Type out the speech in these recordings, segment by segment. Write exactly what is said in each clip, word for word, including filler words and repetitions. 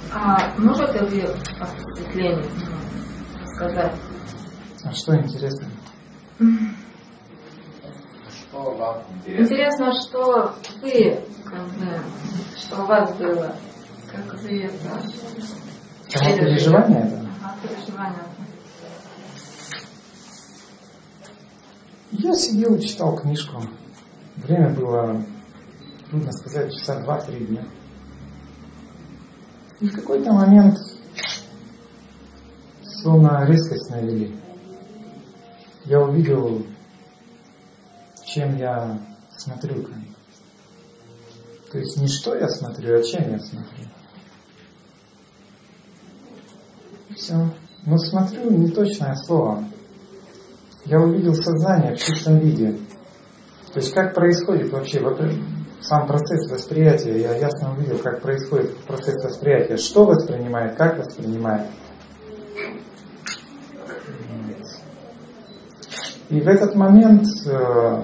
А можете вы о впечатлении сказать? А что интересно? Что вам интересно? Интересно, что вы, как бы, что у вас было, как вы это... Само переживание это? Ага, переживание. Я сидел и читал книжку. Время было, трудно сказать, часа два-три дня. И в какой-то момент словно резкость навели. Я увидел, чем я смотрю. То есть не что я смотрю, а чем я смотрю. Все. Но смотрю не точное слово. Я увидел сознание в чистом виде. То есть как происходит вообще сам процесс восприятия. Я ясно увидел, как происходит процесс восприятия. Что воспринимает, как воспринимает. И в этот момент э,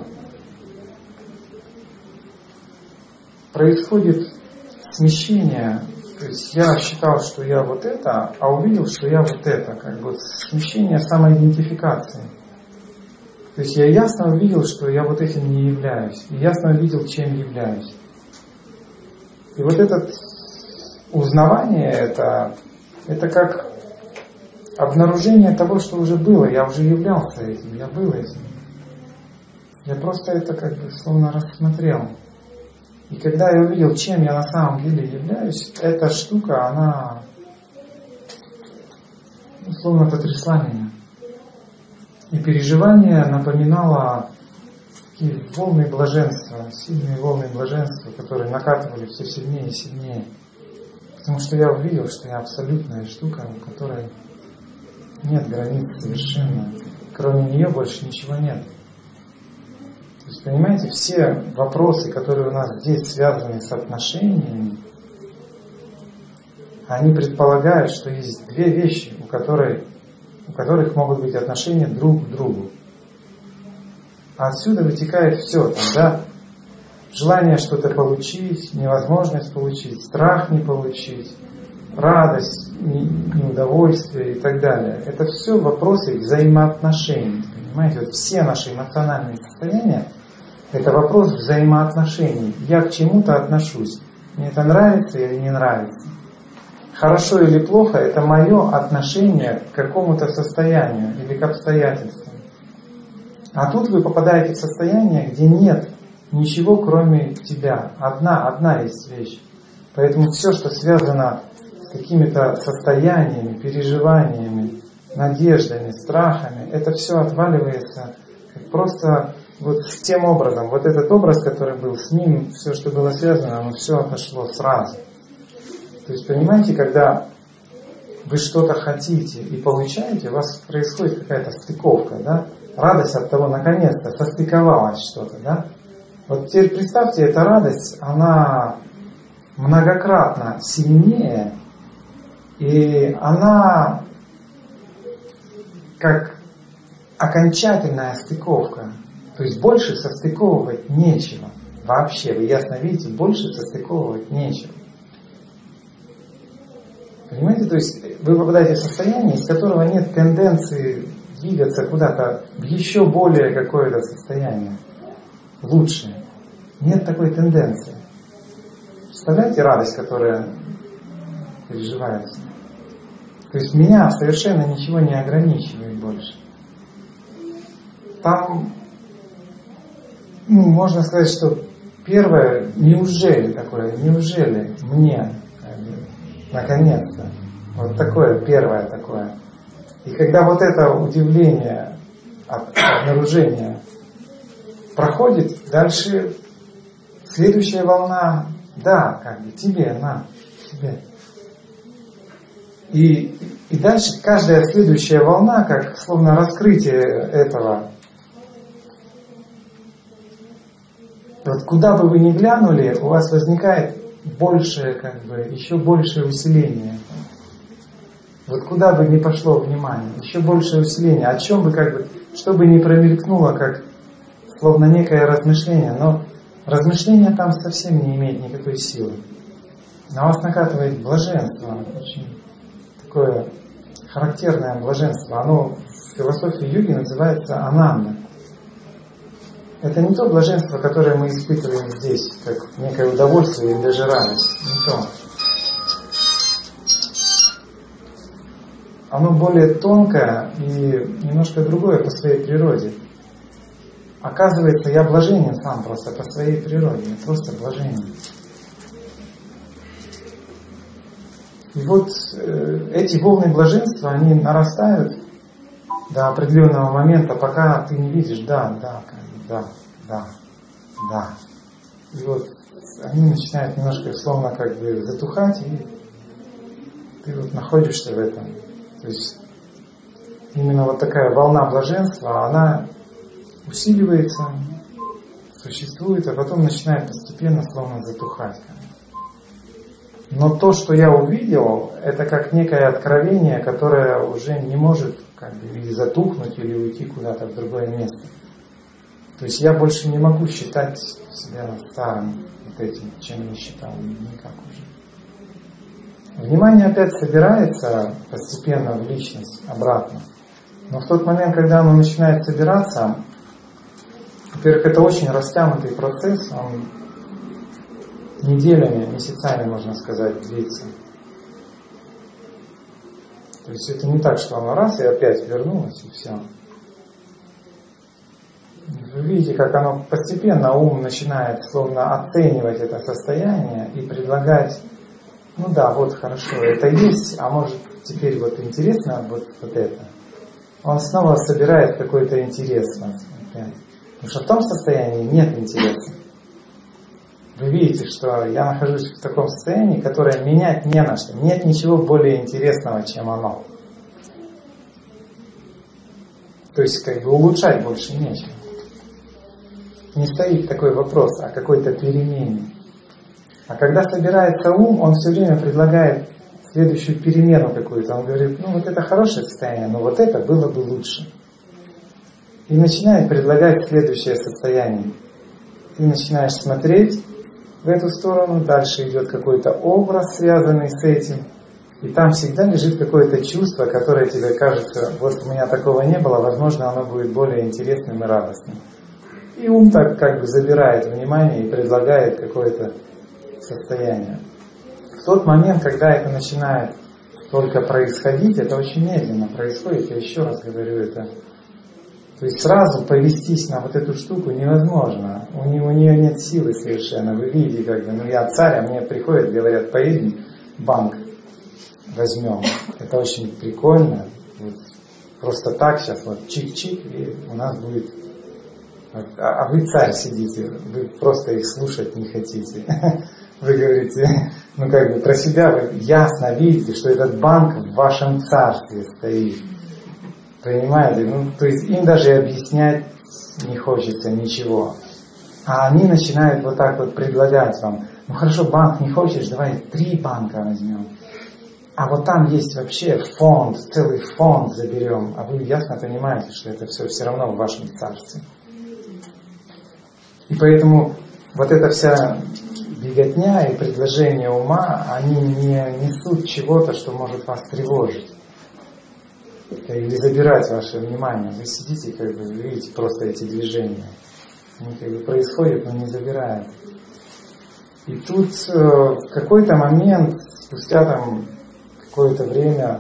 происходит смещение. То есть я считал, что я вот это, а увидел, что я вот это. Как бы смещение самоидентификации. То есть я ясно увидел, что я вот этим не являюсь. И ясно увидел, чем являюсь. И вот это узнавание, это, это как обнаружение того, что уже было. Я уже являлся этим, я был этим. Я просто это как бы словно рассмотрел. И когда я увидел, чем я на самом деле являюсь, эта штука, она словно потрясла меня. И переживание напоминало такие волны блаженства, сильные волны блаженства, которые накатывали все сильнее и сильнее. Потому что я увидел, что я абсолютная штука, у которой нет границ совершенно. Кроме нее больше ничего нет. То есть, понимаете, все вопросы, которые у нас здесь связаны с отношениями, они предполагают, что есть две вещи, у которых у которых могут быть отношения друг к другу. А отсюда вытекает все, там, да? Желание что-то получить, невозможность получить, страх не получить, радость, неудовольствие и так далее. Это все вопросы взаимоотношений. Понимаете, вот все наши эмоциональные состояния – это вопрос взаимоотношений. Я к чему-то отношусь. Мне это нравится или не нравится. Хорошо или плохо – это мое отношение к какому-то состоянию или к обстоятельствам. А тут вы попадаете в состояние, где нет ничего, кроме тебя. Одна, одна есть вещь. Поэтому все, что связано с какими-то состояниями, переживаниями, надеждами, страхами, это все отваливается просто вот с тем образом. Вот этот образ, который был, с ним все, что было связано, оно все отошло сразу. То есть, понимаете, когда вы что-то хотите и получаете, у вас происходит какая-то стыковка, да? Радость от того, наконец-то, состыковалось что-то, да? Вот теперь представьте, эта радость, она многократно сильнее, и она как окончательная стыковка. То есть больше состыковывать нечего. Вообще, вы ясно видите, больше состыковывать нечего. Понимаете, то есть вы попадаете в состояние, из которого нет тенденции двигаться куда-то в еще более какое-то состояние, лучшее. Нет такой тенденции. Представляете радость, которая переживается? То есть меня совершенно ничего не ограничивает больше. Там, ну, можно сказать, что первое, неужели такое, неужели мне, наконец-то. Вот такое, первое такое. И когда вот это удивление от обнаружения проходит, дальше следующая волна, да, как бы тебе, на, тебе. И, и дальше каждая следующая волна, как словно раскрытие этого. Вот куда бы вы ни глянули, у вас возникает большее, как бы, еще большее усиление. Вот куда бы ни пошло внимание, еще большее усиление. О чем бы, как бы, что бы ни промелькнуло, как словно некое размышление, но размышление там совсем не имеет никакой силы. на вас накатывает блаженство, очень такое характерное блаженство. Оно в философии йоги называется ананда. Это не то блаженство, которое мы испытываем здесь, как некое удовольствие или даже радость. Не то. Оно более тонкое и немножко другое по своей природе. Оказывается, я блаженен сам просто по своей природе. Я просто блаженен. И вот э, эти волны блаженства, они нарастают до определенного момента, пока ты не видишь, да, да, да, да, да. И вот они начинают немножко словно как бы затухать, и ты вот находишься в этом. То есть именно вот такая волна блаженства, она усиливается, существует, а потом начинает постепенно словно затухать. Но то, что я увидел, это как некое откровение, которое уже не может как бы или затухнуть, или уйти куда-то в другое место. То есть я больше не могу считать себя старым вот этим, чем я считал, никак уже. Внимание опять собирается постепенно в личность, обратно. Но в тот момент, когда оно начинает собираться, во-первых, это очень растянутый процесс, он неделями, месяцами, можно сказать, длится. То есть это не так, что оно раз и опять вернулось, и все. Вы видите, как оно постепенно, ум начинает словно оценивать это состояние и предлагать, ну да, вот хорошо, это есть, а может теперь вот интересно вот, вот это. Он снова собирает какой-то интерес. Опять. Потому что в том состоянии нет интереса. Вы видите, что я нахожусь в таком состоянии, которое менять не на что. Нет ничего более интересного, чем оно. То есть, как бы улучшать больше нечего. Не стоит такой вопрос о какой-то перемене. А когда собирается ум, он все время предлагает следующую перемену какую-то. Он говорит, ну вот это хорошее состояние, но вот это было бы лучше. И начинает предлагать следующее состояние. Ты начинаешь смотреть в эту сторону, дальше идет какой-то образ, связанный с этим, и там всегда лежит какое-то чувство, которое тебе кажется, вот у меня такого не было, возможно, оно будет более интересным и радостным. И ум так как бы забирает внимание и предлагает какое-то состояние. В тот момент, когда это начинает только происходить, это очень медленно происходит, я еще раз говорю, это то есть сразу повестись на вот эту штуку невозможно. У нее, у нее нет силы совершенно. Вы видите, как бы, ну я царь, а мне приходят, говорят, поедем в банк, возьмем. Это очень прикольно. Вот просто так сейчас вот чик-чик, и у нас будет... А, а вы царь сидите, вы просто их слушать не хотите. Вы говорите, ну как бы про себя вы ясно видите, что этот банк в вашем царстве стоит. Понимаете? Ну, то есть им даже объяснять не хочется ничего. А они начинают вот так вот предлагать вам, ну хорошо, банк не хочешь, давай три банка возьмем. А вот там есть вообще фонд, целый фонд заберем. А вы ясно понимаете, что это все все равно в вашем царстве. И поэтому вот эта вся беготня и предложения ума, они не несут чего-то, что может вас тревожить. Или забирать ваше внимание. Вы сидите, как бы, вы видите просто эти движения. Они как бы происходят, но не забирают. И тут э, в какой-то момент, спустя там какое-то время,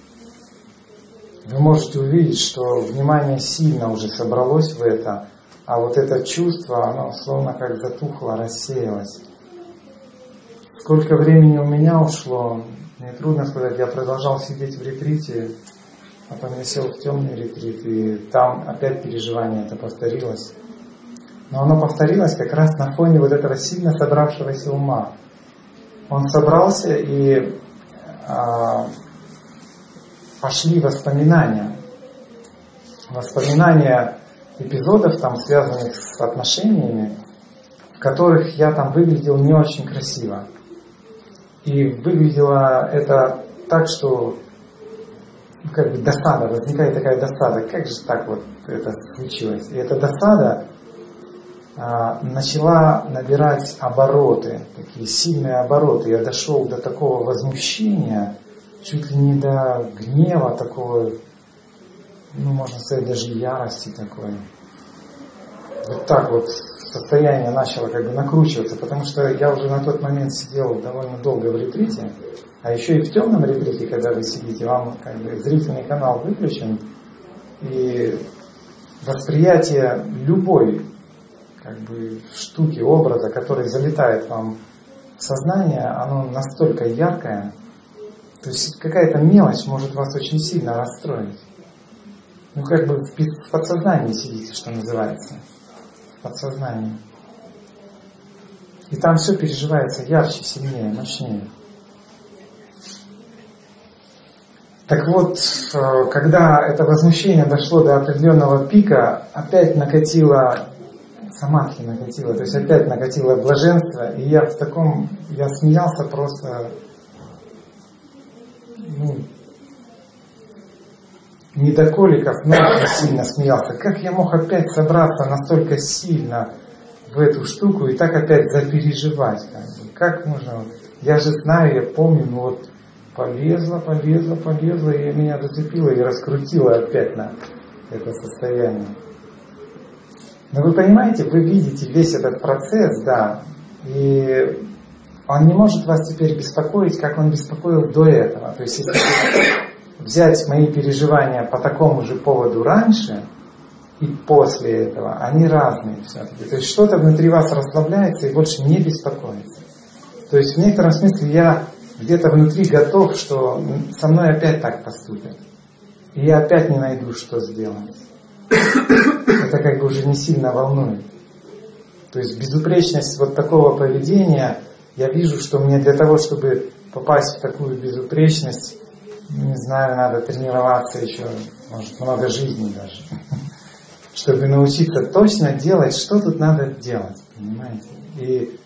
вы можете увидеть, что внимание сильно уже собралось в это, а вот это чувство, оно словно как затухло, рассеялось. Сколько времени у меня ушло, мне трудно сказать, я продолжал сидеть в ретрите. Потом я сел в темный ретрит, и там опять переживание это повторилось. Но оно повторилось как раз на фоне вот этого сильно собравшегося ума. Он собрался, и а, пошли воспоминания. Воспоминания эпизодов, там, связанных с отношениями, в которых я там выглядел не очень красиво. И выглядело это так, что как бы досада, возникает такая досада, как же так вот это случилось. И эта досада, начала набирать обороты, такие сильные обороты. Я дошел до такого возмущения, чуть ли не до гнева такого, ну, можно сказать, даже ярости такой. Вот так вот состояние начало как бы накручиваться, потому что я уже на тот момент сидел довольно долго в ретрите, а еще и в темном ретрите, когда вы сидите, вам как бы зрительный канал выключен, и восприятие любой как бы штуки, образа, который залетает вам в сознание, оно настолько яркое, то есть какая-то мелочь может вас очень сильно расстроить. Ну как бы в подсознании сидите, что называется. В подсознании. И там все переживается ярче, сильнее, мощнее. Так вот, когда это возмущение дошло до определенного пика, опять накатило, самадхи накатило, то есть опять накатило блаженство, и я в таком, я смеялся просто, ну, не до коликов, но очень сильно смеялся. Как я мог опять собраться настолько сильно в эту штуку и так опять запереживать? Как бы? Как можно? Я же знаю, я помню, ну вот полезла, полезла, полезла, и меня зацепило и раскрутило опять на это состояние. Но вы понимаете, вы видите весь этот процесс, да, и он не может вас теперь беспокоить, как он беспокоил до этого. То есть, если взять мои переживания по такому же поводу раньше и после этого, они разные все-таки. То есть что-то внутри вас расслабляется и больше не беспокоится. То есть в некотором смысле я где-то внутри готов, что со мной опять так поступят. И я опять не найду, что сделать. Это как бы уже не сильно волнует. То есть безупречность вот такого поведения, я вижу, что мне для того, чтобы попасть в такую безупречность, не знаю, надо тренироваться еще, может, много жизней даже, чтобы научиться точно делать, что тут надо делать, понимаете? И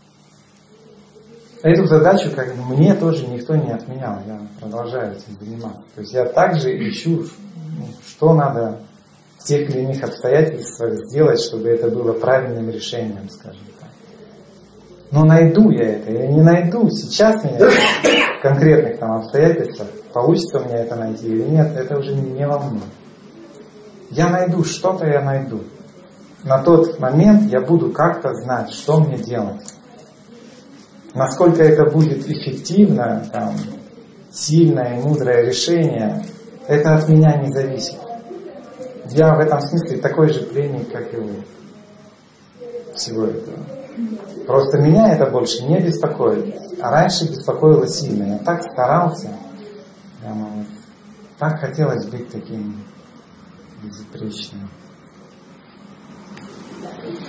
эту задачу как бы мне тоже никто не отменял, я продолжаю этим заниматься. То есть я также ищу, что надо в тех или иных обстоятельствах сделать, чтобы это было правильным решением, скажем так. Но найду я это, я не найду сейчас меня в конкретных там обстоятельствах, получится у меня это найти или нет, это уже не волнует. Я найду, что-то я найду. На тот момент я буду как-то знать, что мне делать. Насколько это будет эффективно, там, сильное и мудрое решение, это от меня не зависит. Я в этом смысле такой же пленник, как и вы. Всего этого. Просто меня это больше не беспокоит. А раньше беспокоило сильно. Я так старался. Прямо вот, так хотелось быть таким безупречным.